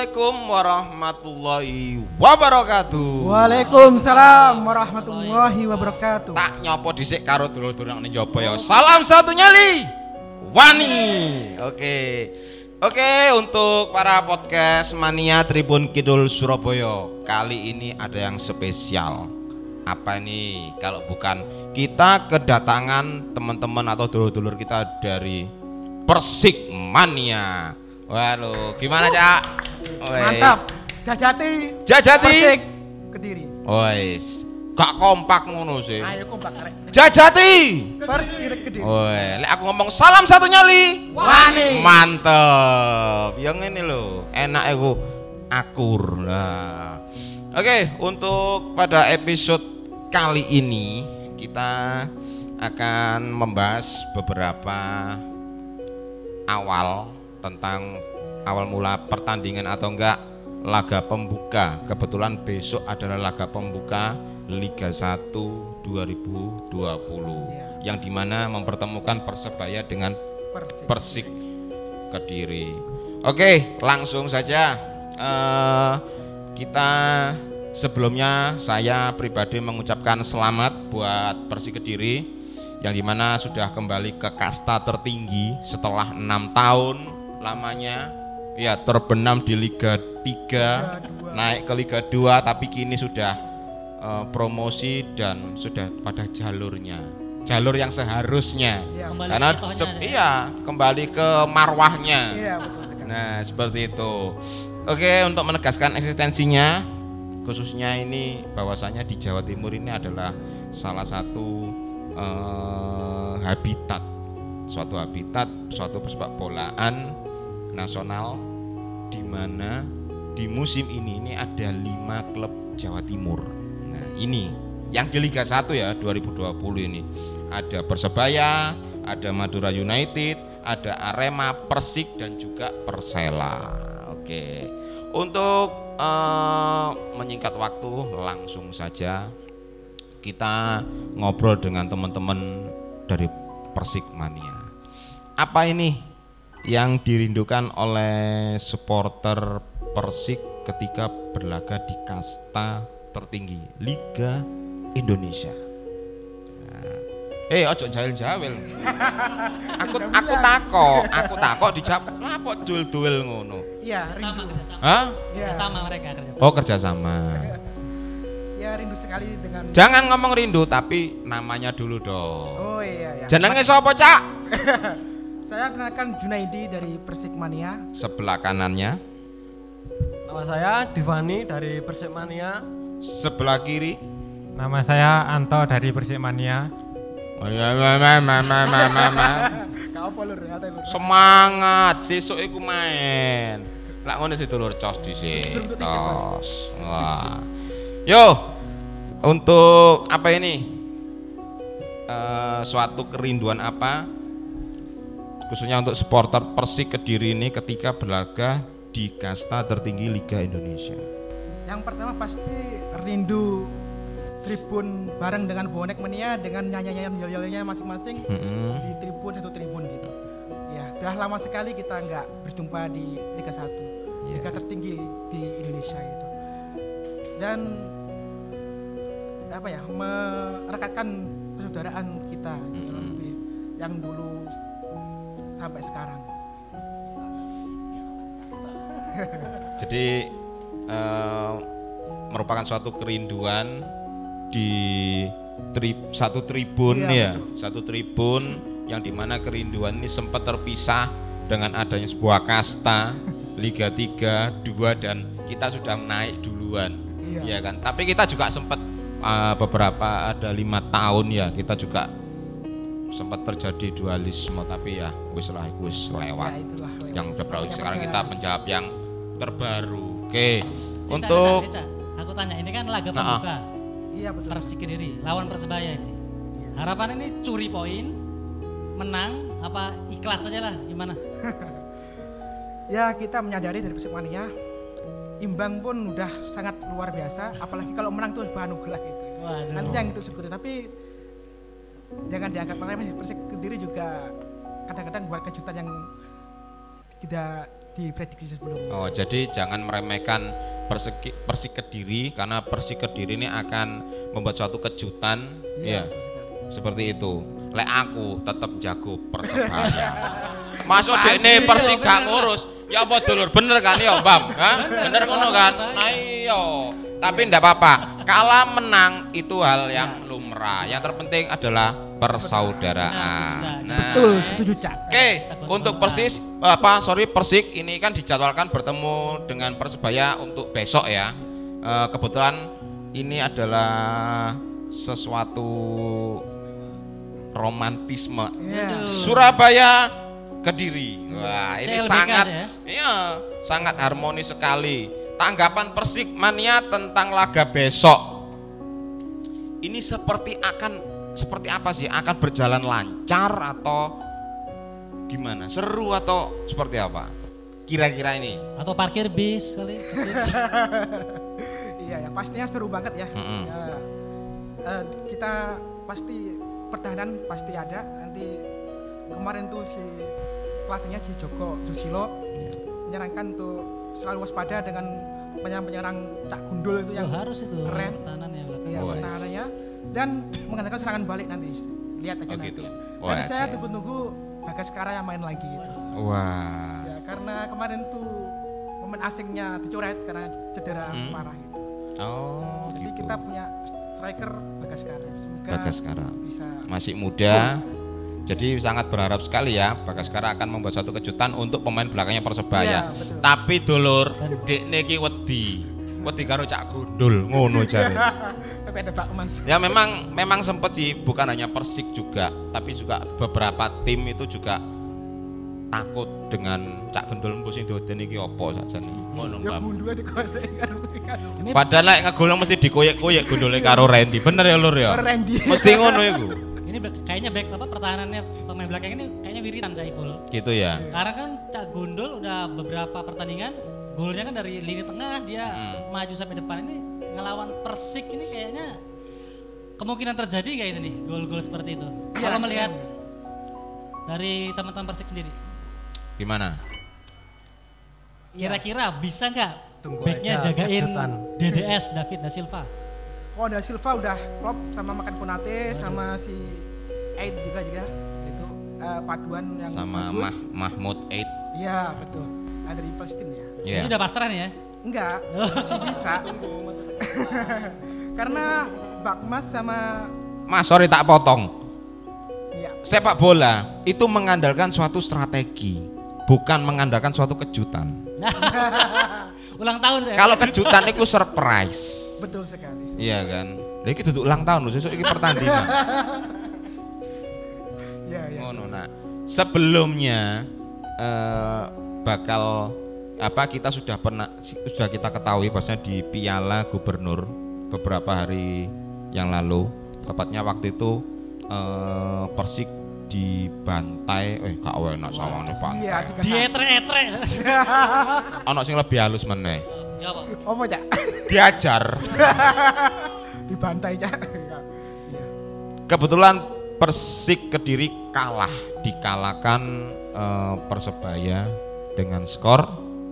Assalamualaikum warahmatullahi wabarakatuh. Waalaikumsalam warahmatullahi wabarakatuh. Tak nyopo dhisik karo dulur-dulur nang njaba ya. Salam satu nyali. Wani. Oke, untuk para podcast mania Tribun Kidul Surabaya, kali ini ada yang spesial. Apa ini kalau bukan kita kedatangan teman-teman atau dulur-dulur kita dari Persik Mania. Waduh, gimana Cak? Mantap. Jajati. Persik Kediri. Wes, gak kompak ngono sih. Ayo kompak arek. Jajati. Persik Kediri. Woi, lek aku ngomong salam satu nyali. Wani. Mantep. Yang ini loh, enak aku akur. Nah. Oke, untuk pada episode kali ini kita akan membahas beberapa awal tentang awal mula pertandingan atau enggak laga pembuka. Kebetulan besok adalah laga pembuka Liga 1 2020 yang dimana mempertemukan Persebaya dengan Persik Kediri. Oke, langsung saja kita sebelumnya saya pribadi mengucapkan selamat buat Persik Kediri yang dimana sudah kembali ke kasta tertinggi setelah 6 tahun lamanya ya terbenam di Liga 3 naik ke Liga 2 tapi kini sudah promosi dan sudah pada jalur yang seharusnya karena kembali ke marwahnya. Nah seperti itu. Oke, untuk menegaskan eksistensinya khususnya ini bahwasanya di Jawa Timur ini adalah salah satu suatu persepak bolaan nasional di mana di musim ini ada 5 klub Jawa Timur. Nah, ini yang di Liga 1 ya 2020 ini. Ada Persebaya, ada Madura United, ada Arema, Persik dan juga Persela. Oke. Untuk menyingkat waktu langsung saja kita ngobrol dengan teman-teman dari Persik Mania. Apa ini yang dirindukan oleh supporter Persik ketika berlaga di kasta tertinggi Liga Indonesia? Ojo jahil-jahil. Aku takok dijawab. Napa duel-duel ngono? Iya, rindu. Hah? Kerjasama mereka kerjasama. Oh, kerjasama. Ya rindu sekali dengan. Jangan ngomong rindu tapi namanya dulu dong. Oh iya. Jenenge sapa, Cak? Saya kenalkan Junaidi dari Persik Mania. Sebelah kanannya. Nama saya Divani dari Persik Mania. Sebelah kiri. Nama saya Anto dari Persik Mania. Oh iya, Kau apa lur? Semangat, sesuk iku main. Lah ngono sih dulur cos dhisik. Tos. Wah. Yo, untuk apa ini? Suatu kerinduan apa? Khususnya untuk supporter Persik Kediri ini ketika berlaga di kasta tertinggi Liga Indonesia. Yang pertama pasti rindu tribun bareng dengan bonek Mania dengan nyanyian yel-yelnya masing-masing di satu tribun gitu. Ya, sudah lama sekali kita nggak berjumpa di Liga 1, Liga tertinggi di Indonesia itu. Dan apa ya, merekatkan persaudaraan kita yang dulu sampai sekarang. Jadi merupakan suatu kerinduan di satu tribun satu tribun yang dimana kerinduan ini sempat terpisah dengan adanya sebuah kasta Liga 3, 2 dan kita sudah naik duluan, ya kan. Tapi kita juga sempat beberapa ada 5 tahun ya kita juga sempat terjadi dualisme tapi ya wis lewat. Yang udah berlalu sekarang kita menjawab yang terbaru. Oke. Untuk aku tanya ini kan laga pembuka. Iya betul. Persik Kediri lawan Persebaya ini. Harapan ini curi poin, menang apa ikhlas saja lah gimana? Ya kita menyadari dari Persik Mania imbang pun udah sangat luar biasa, apalagi kalau menang tuh anugerah gitu. Nanti yang itu syukuri, tapi jangan dianggap remeh. Persik Kediri juga kadang-kadang buat kejutan yang tidak diprediksi sebelumnya. Oh, jadi jangan meremehkan Persik Kediri karena Persik Kediri ini akan membuat suatu kejutan, ya. Betul sekali. Seperti itu. Lek aku tetap jago Persebaya. Masuk dekne Persik gak ngurus. Ya apa dulur, bener kan ya, Bam? Hah? Bener ngono kan? Nah iya. Tapi ndak apa-apa. Kalah menang itu hal yang lumrah. Yang terpenting adalah persaudaraan. Nah, Betul, setuju Cak. oke, untuk Persik ini kan dijadwalkan bertemu dengan Persebaya untuk besok ya. Kebetulan ini adalah sesuatu romantisme. Iya. Surabaya Kediri. Wah, ini CLBK sangat ya? iya, sangat harmonis sekali. Tanggapan Persik Mania tentang laga besok. Ini seperti apa sih? Akan berjalan lancar atau gimana? Seru atau seperti apa? Kira-kira ini. Atau parkir bis kali. Iya ya, pastinya seru banget ya. Ya, kita pasti pertahanan pasti ada. Nanti kemarin tuh si pelatihnya si Joko Susilo menyarankan untuk selalu waspada dengan penyerang Cak Gundul itu yang harus itu keren. pertahanannya. Iya, pertahanannya dan mengandalkan serangan balik nanti. Lihat aja Oh, nanti. gitu. Dan saya tunggu-tunggu Bagaskara yang main lagi gitu. Wah. Ya, karena kemarin tuh pemain asingnya dicoret karena cedera parah gitu. Oh, Jadi gitu. kita punya striker Bagaskara. Semoga Bagaskara bisa masih muda. Jadi sangat berharap sekali ya Bagaskara akan membuat satu kejutan untuk pemain belakangnya Persebaya. Iya, betul. Tapi dulur, dekne iki wedi karo Cak Gundul ngono jare. tapi ada Pak Mas. Ya memang sempat sih, bukan hanya Persik juga, tapi juga beberapa tim itu juga takut dengan Cak Gundul mbok sing diodeni iki apa sakjane. Ngono, Ya Bam. gundulnya dikuasai kan. Ini Padahal lek ngegolong mesti dikoyek-koyek Gundule karo Randy. Bener ya Lur ya? Randy. Mesti ngono iku. ini kayaknya back pertahanannya pemain belakang ini kayaknya wiritan Saiful. Gitu ya. Karena kan Cak Gundul udah beberapa pertandingan golnya kan dari lini tengah dia maju sampai depan, ini ngelawan Persik ini kayaknya kemungkinan terjadi kayak itu nih gol-gol seperti itu. Kalau melihat dari teman-teman Persik sendiri, Gimana? kira-kira bisa nggak Tunggu backnya aja jagain kejutan. DDS David da Silva? Oh, Da Silva udah klop sama makan Konate sama si Aid juga itu paduan yang Sama bagus. Mahmud Eid. Iya, betul. Ada di Palestina ya. Iya. Ini udah pasrah nih ya. Enggak, masih bisa. Karena Bakmas sama Mas, sorry tak potong. ya, Sepak bola itu mengandalkan suatu strategi, bukan mengandalkan suatu kejutan. Ulang tahun saya. Kalau kejutan itu surprise. betul sekali. Iya kan? Lha iki duduk ulang tahun lho, sesuk iki pertandingan. Iya, iya. Ngono. Nah, sebelumnya bakal kita sudah kita ketahui bahwasanya di Piala Gubernur beberapa hari yang lalu, tepatnya waktu itu Persik dibantai, gak enak sawane Iya, bantai. Dietre-etre. Ana sing lebih halus meneh. Ya Pak. Apa, Cak? Diajar. Dibantai, Cak. Iya. Kebetulan Persik Kediri dikalahkan Persebaya dengan skor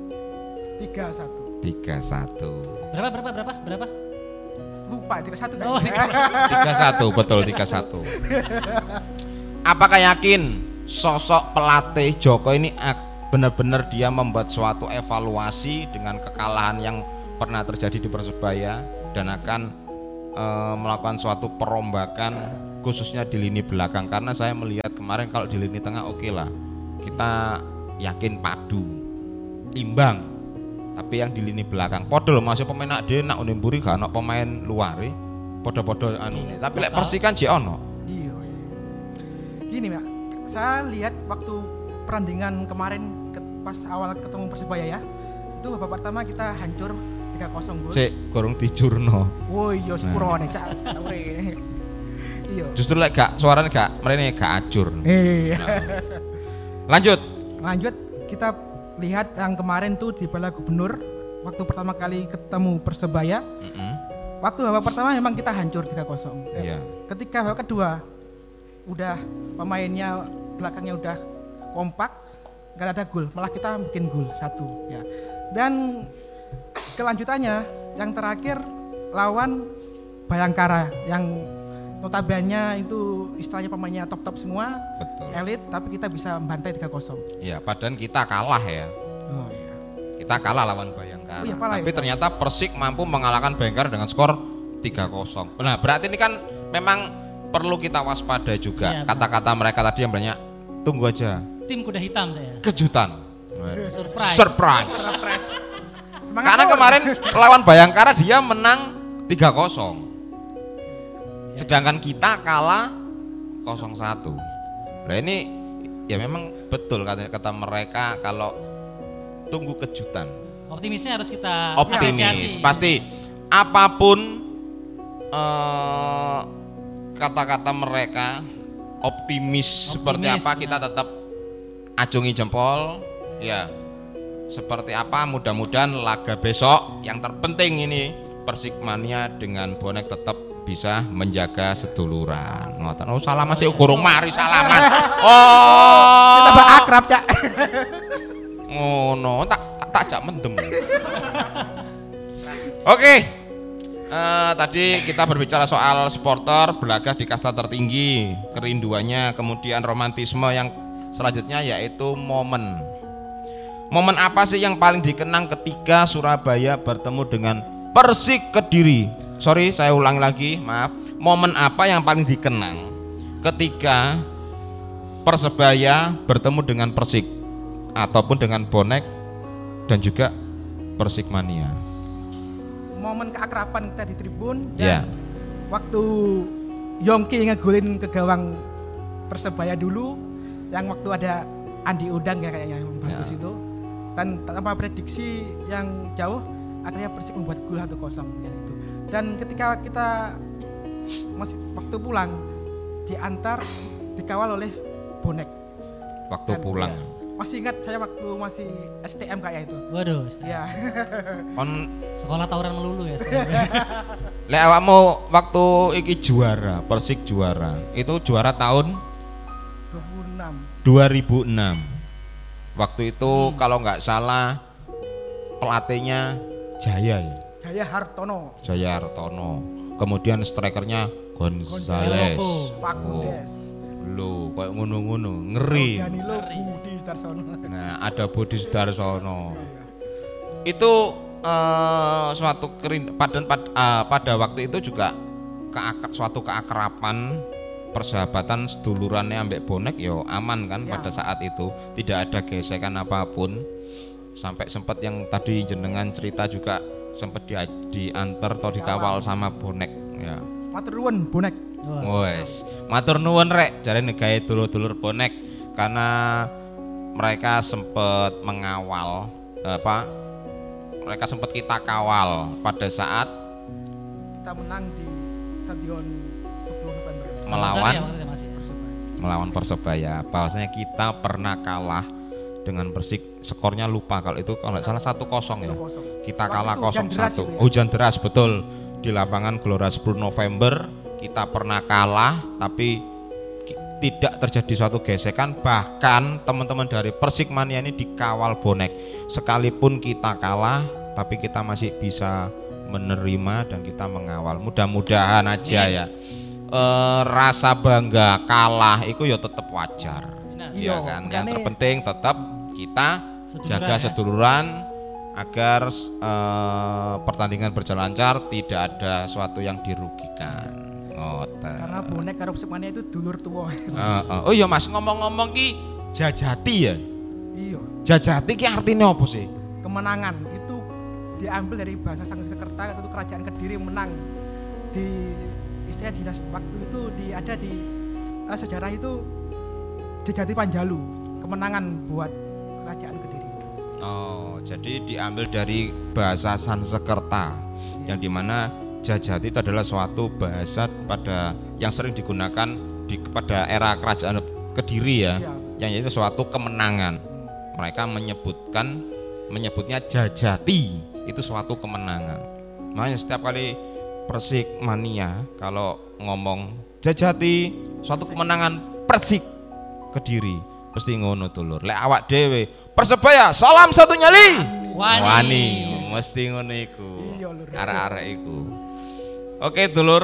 3-1. 3-1. Berapa? Lupa 3-1 kan? Oh, 3-1, betul 3-1. Apakah yakin sosok pelatih Joko ini benar-benar dia membuat suatu evaluasi dengan kekalahan yang pernah terjadi di Persebaya dan akan melakukan suatu perombakan khususnya di lini belakang? Karena saya melihat kemarin kalau di lini tengah oke lah, kita yakin padu, imbang. Tapi yang di lini belakang podo lho, masih pemain nak dhewe nak unimburi gak ono pemain luar podo-podo anu nih. Tapi lek Persik kan jek ono. Iya. Gini, Mbak. Saya lihat waktu perandingan kemarin pas awal ketemu Persebaya ya. Itu babak pertama kita hancur 3-0 gol. Cek gorong dijurno. Woi, yo sepurone, Cak. Iya. Justru lek gak suarane gak mrene gak acur. Iya. Lanjut. Lanjut, kita lihat yang kemarin tuh di Piala Gubernur waktu pertama kali ketemu Persebaya. Waktu babak pertama memang kita hancur 3-0. Iya. Ketika babak kedua udah pemainnya belakangnya udah kompak, nggak ada gol, malah kita bikin gol 1 ya. Dan kelanjutannya yang terakhir lawan Bayangkara yang notabene itu istilahnya pemainnya top semua, Betul. elit, tapi kita bisa membantai 3-0. Ya, padahal kita kalah ya. Oh iya. Kita kalah lawan Bayangkara. Oh iya, kalah Tapi ya. ternyata Persik mampu mengalahkan Bayangkara dengan skor 3-0. Nah, berarti ini kan memang perlu kita waspada juga. Iya, Kata-kata mereka tadi yang banyak, tunggu aja. Tim kuda hitam saya. Kejutan. Surprise. Surprise. Semangat Karena Bor. kemarin lawan Bayangkara dia menang 3-0. Sedangkan kita kalah 0-1. Nah ini ya memang betul kata mereka kalau tunggu kejutan. Optimisnya harus kita Optimis, apresiasi. pasti apapun kata-kata mereka optimis seperti apa kita tetap acungi jempol ya. Seperti apa mudah-mudahan laga besok yang terpenting ini Persikmania dengan bonek tetap bisa menjaga seduluran. Ngoten. Oh, salah masih kurung mari salaman. Oh. Kita akrab, Cak. Ngono, tak jak mendem. Oke. Tadi kita berbicara soal supporter berlaga di kasta tertinggi, kerinduannya, kemudian romantisme yang selanjutnya yaitu momen. Momen apa sih yang paling dikenang ketika Surabaya bertemu dengan Persik Kediri? Sorry, saya ulang lagi, maaf. Momen apa yang paling dikenang ketika Persebaya bertemu dengan Persik ataupun dengan bonek dan juga Persikmania? Momen keakraban kita di tribun Ya. dan waktu Yongki ngegolin ke gawang Persebaya dulu, yang waktu ada Andi Udang ya kayaknya yang bagus itu, dan tanpa prediksi yang jauh akhirnya Persik membuat gol 1-0 ya itu. Dan ketika kita masih waktu pulang diantar dikawal oleh bonek. Waktu Dan, pulang. ya, masih ingat saya waktu masih STM kayak itu. Waduh, Ya. On sekolah tawuran melulu ya. lek awakmu waktu iki juara, Persik juara. Itu juara tahun 26. 2006. Waktu itu kalau nggak salah pelatihnya Jaya ya. Jaya Hartono, Jaya Hartono. Kemudian strikernya Gonzales. Fakundes, Loh, kayak ngono-ngono, ngeri. Danilo Budi Sudarsono. Nah, ada Budi Sudarsono. Itu suatu pada waktu itu juga suatu keakraban, persahabatan sedulurannya ambek bonek yo aman kan Ya. pada saat itu, tidak ada gesekan apapun. Sampai sempat yang tadi jenengan cerita juga sempat diantar atau dikawal sama bonek ya. Matur nuwun bonek. Wes, matur nuwun rek, jarene gawe dulur-dulur bonek karena mereka sempat mengawal mereka sempat kita kawal pada saat Kita menang di stadion 10 November. melawan Persebaya. melawan Persebaya. Bahwasanya kita pernah kalah dengan Persik, skornya lupa kalau itu kalau nggak salah 1-0 ya. 1-0. Kita Waktu kalah itu hujan deras 0-1. itu ya. Hujan deras betul di lapangan Gelora 10 November. Kita pernah kalah tapi tidak terjadi suatu gesekan, bahkan teman-teman dari Persikmania ini dikawal bonek. Sekalipun kita kalah tapi kita masih bisa menerima dan kita mengawal. Mudah-mudahan aja ya. Rasa bangga kalah itu ya tetap wajar. Benar. Iya Iya, kan. Yang makanya- terpenting tetap kita Seduluran jaga ya. seduluran agar pertandingan berjalan lancar, tidak ada sesuatu yang dirugikan. Ngoten. Karena bonek karo Persebaya itu dulur tua. Oh iya Mas, ngomong-ngomong ki jajati ya. Iya. Jajati ki artinya apa sih? Kemenangan itu diambil dari bahasa Sangsekerta, itu kerajaan Kediri menang di istilah dinas waktu itu ada di sejarah itu Jajati Panjalu, kemenangan buat kerajaan Kediri. Oh, jadi diambil dari bahasa Sanskerta yang dimana Jajati itu adalah suatu bahasa yang sering digunakan pada era kerajaan Kediri ya, Iya. yang itu suatu kemenangan. Mereka menyebutnya Jajati itu suatu kemenangan. Makanya setiap kali Persikmania kalau ngomong Jajati suatu kemenangan Persik Kediri, Mesti ngono dulur. Lek awak dhewe Persebaya salam satu nyali. Wani. Mesti ngono iku. Iya, Lur. Arek-arek iku. Oke dulur,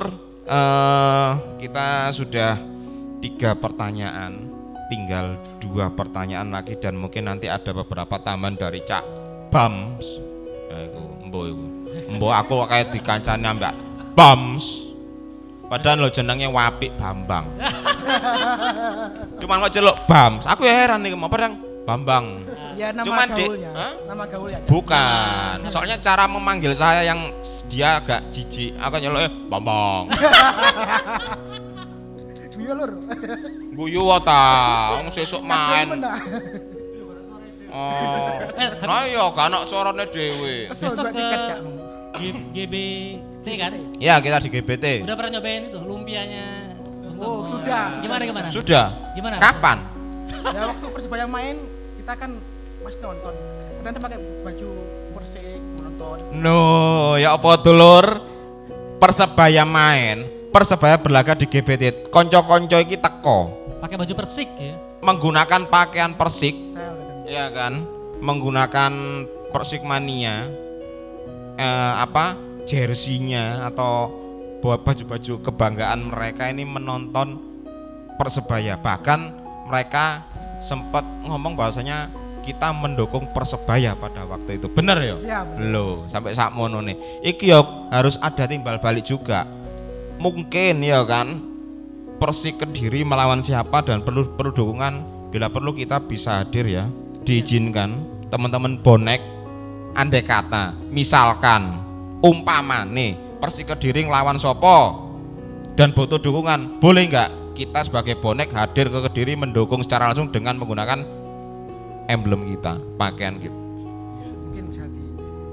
kita sudah 3 pertanyaan, tinggal 2 pertanyaan lagi dan mungkin nanti ada beberapa tambahan dari Cak Bams. Iku embo iku. Embo aku kayak dikancani ambek Bams. Padahal lo jenenge Wapik Bambang. Cuman kok celuk Bams. Aku ya heran nih mau padang Bambang. Ya nama Cuman gaulnya. Hah? Nama gaulnya. Bukan. Soalnya cara memanggil saya yang dia agak jijik. Aku nyeluk Bambang. Iya, Lur. Guyu ta, wong sesuk main. Oh. Nah iya gak ono suarane dhewe. Besok ke GBT kan? Ya, kita di GBT. Udah pernah nyobain itu lumpianya? Oh, sudah. Gimana? Sudah. Gimana? Kapan? Ya waktu Persebaya main kita kan masih nonton. Nanti pakai baju Persik menonton. No, ya apa dulur? Persebaya main, Persebaya berlaga di GBT. Konco-konco iki teko. Pakai baju Persik ya? Menggunakan pakaian Persik, Sel katanya. ya kan? Menggunakan Persik Mania. Jersinya atau baju-baju kebanggaan mereka ini menonton Persebaya. Bahkan mereka sempat ngomong bahwasanya kita mendukung Persebaya pada waktu itu. Bener ya? Iya, bener. Loh, sampai sakmono nih. Iki yo harus ada timbal balik juga. Mungkin ya kan Persik Kediri melawan siapa dan perlu dukungan, bila perlu kita bisa hadir ya. Diizinkan teman-teman bonek, andai kata misalkan umpama nih Persik Kediri ngelawan sopo dan butuh dukungan, boleh nggak kita sebagai bonek hadir ke Kediri mendukung secara langsung dengan menggunakan emblem kita, pakaian kita. Mungkin bisa di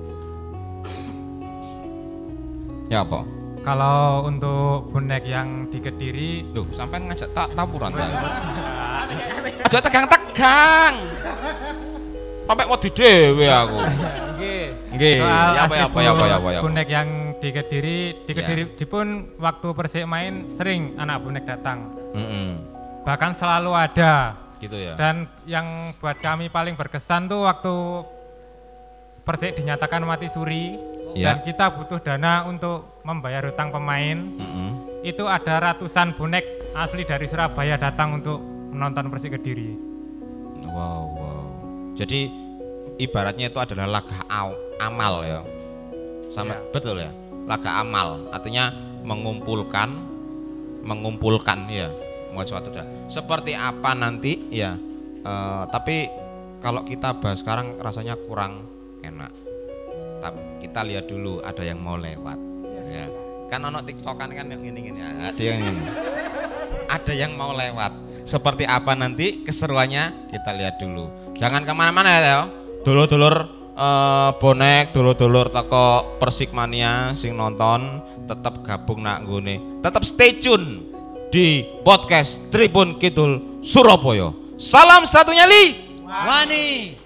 Ya apa? Kalau untuk bonek yang di Kediri, Duh, sampai ngajak taburan ta. Aja tegang-tegang. Sampai wedi dhewe aku. Nggih. soal Ya apa. bonek yang di Kediri Ya. pun waktu Persik main sering anak bonek datang. Mm-mm. Bahkan selalu ada. Gitu ya. Dan yang buat kami paling berkesan tuh waktu Persik dinyatakan mati suri Ya. dan kita butuh dana untuk membayar hutang pemain. Mm-mm. Itu ada ratusan bonek asli dari Surabaya datang untuk menonton Persik Kediri. Wow. Jadi ibaratnya itu adalah laga amal ya. Sama betul ya. Laga amal artinya mengumpulkan ya. Mau suatu dah. Seperti apa nanti ya. Tapi kalau kita bahas sekarang rasanya kurang enak. Tapi kita lihat dulu ada yang mau lewat. Ya. Kan ono TikTokan kan yang gini ya. Ada yang ini. Ada yang mau lewat. Seperti apa nanti keseruannya kita lihat dulu. Jangan kemana-mana ya. Dulur-dulur bonek, dulur-dulur teko Persik Mania sing nonton tetap gabung nak nggone. Tetap stay tune di podcast Tribun Kidul Surabaya. Salam satu nyali. Wani.